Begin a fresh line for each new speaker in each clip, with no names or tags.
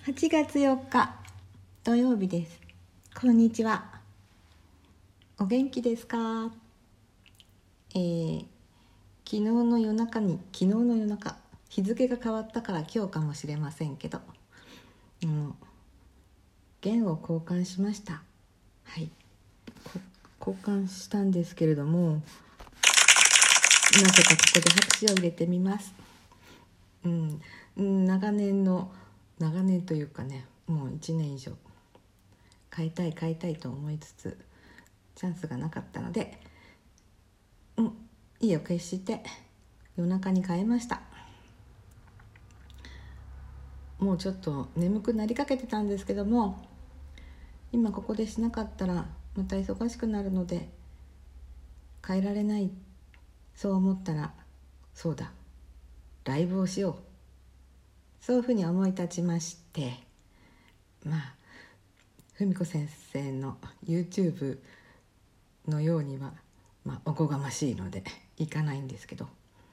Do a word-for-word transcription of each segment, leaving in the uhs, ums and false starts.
はちがつよっか土曜日です。こんにちは。お元気ですか？えー、昨日の夜中に昨日の夜中日付が変わったから今日かもしれませんけど、うん、弦を交換しました。はい、交換したんですけれども、なぜかここで拍手を入れてみます。うん、長年の長年というかね、もういちねん以上買いたい買いたいと思いつつチャンスがなかったので、うん、意を決して夜中に買いました。もうちょっと眠くなりかけてたんですけども、今ここでしなかったらまた忙しくなるので変えられない。そう思ったら、そうだ、ライブをしよう、そういうふうに思い立ちまして、まあ文子先生の YouTube のようには、まあ、おこがましいのでいかないんですけど、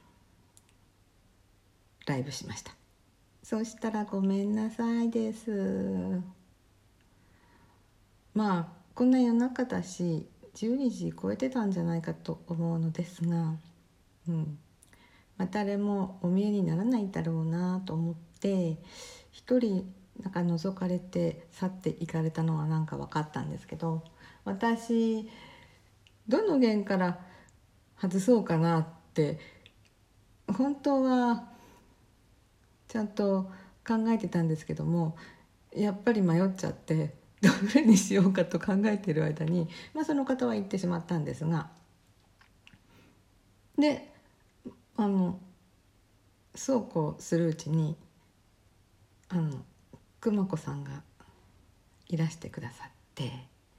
ライブしました。そしたらごめんなさいです。まあこんな夜中だしじゅうにじ超えてたんじゃないかと思うのですが、うん、まあ、誰もお見えにならないだろうなと思って一人なんか覗かれて去っていかれたのはなんか分かったんですけど、私どの弦から外そうかなって本当はちゃんと考えてたんですけども、やっぱり迷っちゃってどれにしようかと考えている間に、まあ、その方は行ってしまったんですが、であのそうこうするうちにあの熊子さんがいらしてくださって、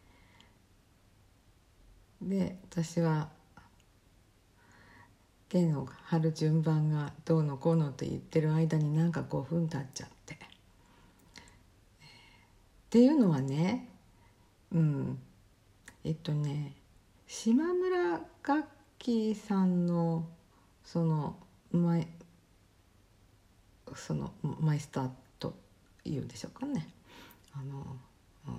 で私は弦を張る順番がどうのこうのと言ってる間になんかごふん経っちゃって、っていうのはね、うんえっとね島村楽器さんのそのマイそのマイスターというんでしょうかね、あの、うん、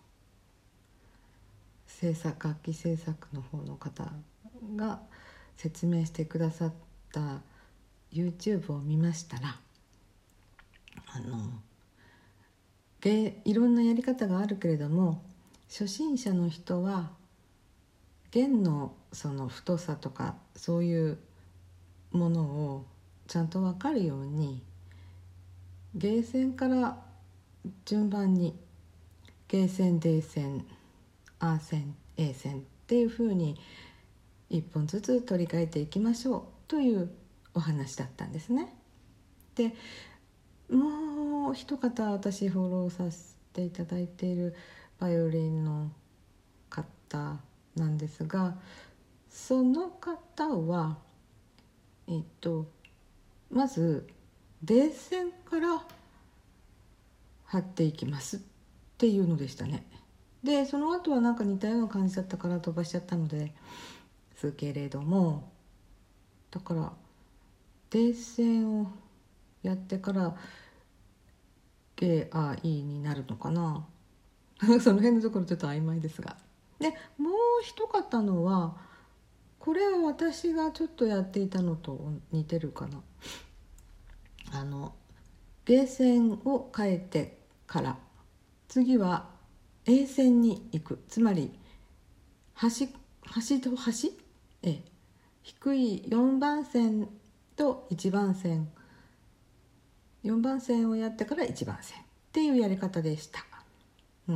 制作楽器制作の方の方が説明してくださった YouTube を見ましたら、あのでいろんなやり方があるけれども、初心者の人は弦のその太さとかそういうものをちゃんと分かるように、ゲーセンから順番にゲーセン、デーセン、アーセン、エーセンっていうふうに一本ずつ取り替えていきましょうというお話だったんですね。でもう一方私フォローさせていただいているバイオリンの方なんですが、その方はえっとまず電線から貼っていきますっていうのでしたね。でその後はなんか似たような感じだったから飛ばしちゃったのですけれども、だから電線をやってからゲーアーイーになるのかなその辺のところちょっと曖昧ですが、でもう一方のはこれは私がちょっとやっていたのと似てるかな。あのゲーセンを変えてから次は A 線に行く、つまり端端と端、え低いよんばん線といちばん線、よんばん線をやってからいちばん線っていうやり方でした。うん、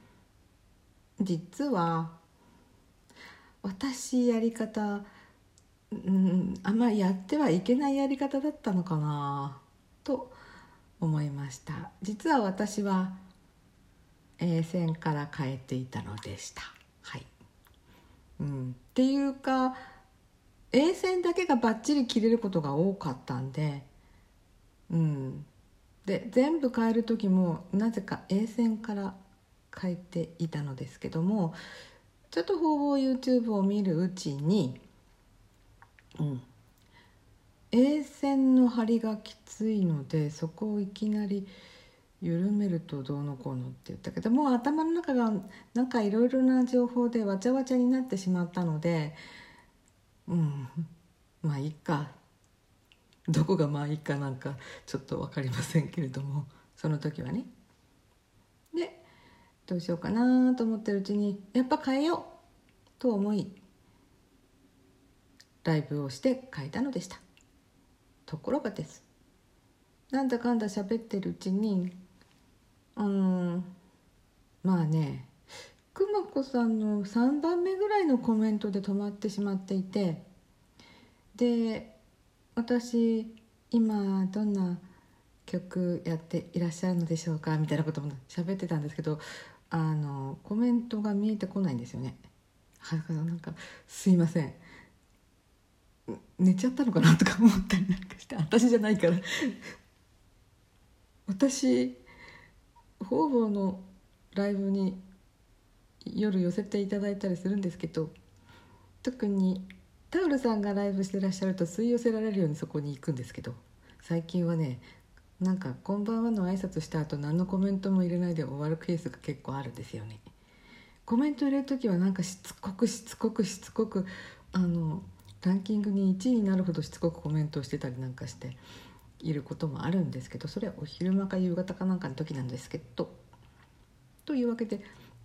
実は私やり方、うん、あんまりやってはいけないやり方だったのかなと思いました。実は私は A 線から変えていたのでした。はい、うん、っていうか A 線だけがバッチリ切れることが多かったんで、うん、で全部変える時もなぜか A 線から変えていたのですけども、ちょっと方々 YouTube を見るうちに、うん、A 線の張りがきついのでそこをいきなり緩めるとどうのこうのって言ったけど、もう頭の中がなんかいろいろな情報でわちゃわちゃになってしまったので、うんまあいいか、どこがまあいいかなんかちょっと分かりませんけれども、その時はね。でどうしようかなと思ってるうちにやっぱ変えようと思いライブをして変えたのでした。ところがです、なんだかんだ喋ってるうちにうーんまあねくまこさんのさんばんめぐらいのコメントで止まってしまっていて、で私今どんな曲やっていらっしゃるのでしょうかみたいなことも喋ってたんですけど、あのコメントが見えてこないんですよね。はなんかすいません、寝ちゃったのかなとか思ったりなんかして、私じゃないから私方々のライブに夜寄せていただいたりするんですけど、特にタオルさんがライブしてらっしゃると吸い寄せられるようにそこに行くんですけど、最近はねなんかこんばんはの挨拶した後何のコメントも入れないで終わるケースが結構あるんですよね。コメント入れる時はなんかしつこくしつこくしつこくあのランキングにいちいになるほどしつこくコメントをしてたりなんかしていることもあるんですけど、それはお昼間か夕方かなんかの時なんですけど、というわけで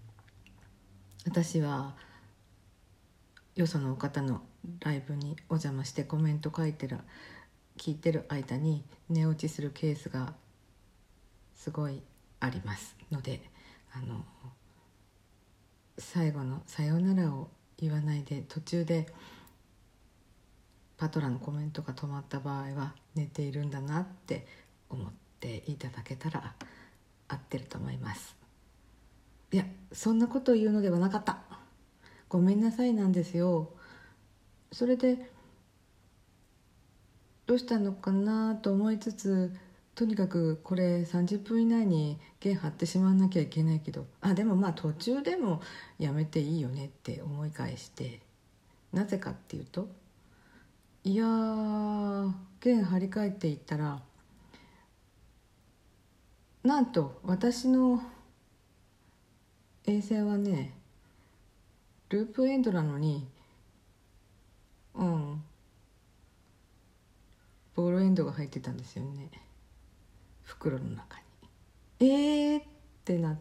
私はよその方のライブにお邪魔してコメント書いてる聞いてる間に寝落ちするケースがすごいありますので、あの最後のさようならを言わないで途中でパトラのコメントが止まった場合は寝ているんだなって思っていただけたら合ってると思います。いやそんなことを言うのではなかった、ごめんなさいなんですよ。それでどうしたのかなと思いつつ、とにかくこれさんじゅっぷん以内に弦張ってしまわなきゃいけないけど、あでもまあ途中でもやめていいよねって思い返して、なぜかっていうと、いやー弦張り替えていったらなんと私の衛星はねループエンドなのにうんボールエンドが入ってたんですよね、袋の中に。えーってなって、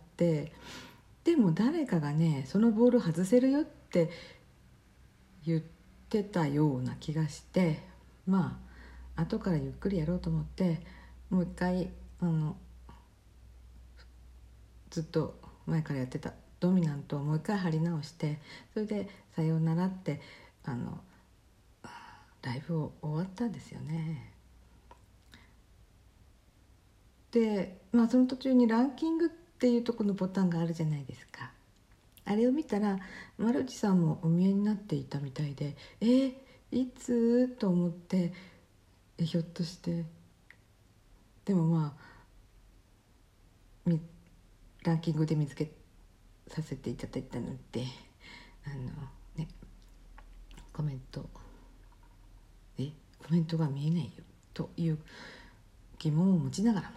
でも誰かがねそのボール外せるよって言ってたような気がして、まあ後からゆっくりやろうと思ってもう一回あのずっと前からやってたドミナントをもう一回貼り直して、それでさようならってあのライブを終わったんですよね。でまあその途中にランキングっていうところのボタンがあるじゃないですか。あれを見たらマルチさんもお見えになっていたみたいで、えー、いつと思って、えひょっとして、でもまあランキングで見つけさせていただいたので、あのねコメントえコメントが見えないよという疑問を持ちながらも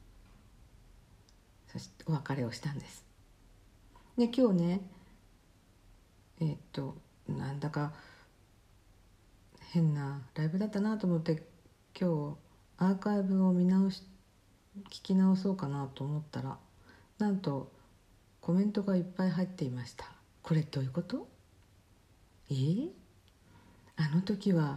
そしてお別れをしたんです。で今日ねえっとなんだか変なライブだったなと思って今日アーカイブを見直し聞き直そうかなと思ったら、なんとコメントがいっぱい入っていました。これどういうこと？えー、あの時は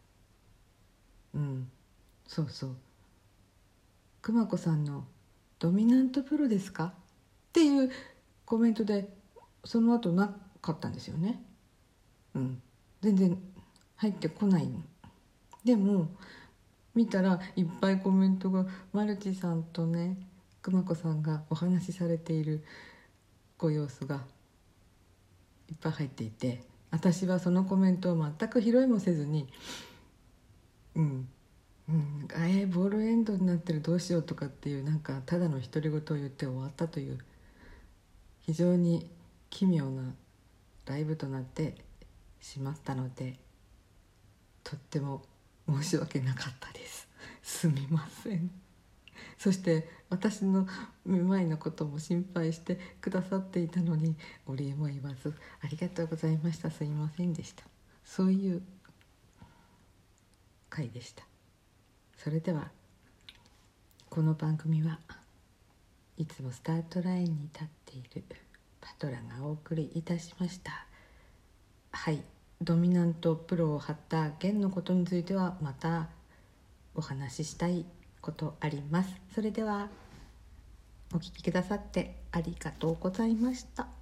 うんそうそうくまこさんのドミナントプロですかっていうコメントでその後なかったんですよね。うん全然入ってこないの。でも見たらいっぱいコメントがマルチさんとねくまこさんがお話しされているご様子がいっぱい入っていて、私はそのコメントを全く拾いもせずにうんうん、えー、ボールエンドになってるどうしようとかっていうなんかただの独り言を言って終わったという非常に奇妙なライブとなってしまったので、とっても申し訳なかったです。すみませんそして私のめまいのことも心配してくださっていたのにお礼も言わずありがとうございました、すいませんでした。そういう回でした。それではこの番組はいつもスタートラインに立っているパトラがお送りいたしました。はい、ドミナントプロを張った弦のことについてはまたお話ししたいことあります。それではお聞きくださってありがとうございました。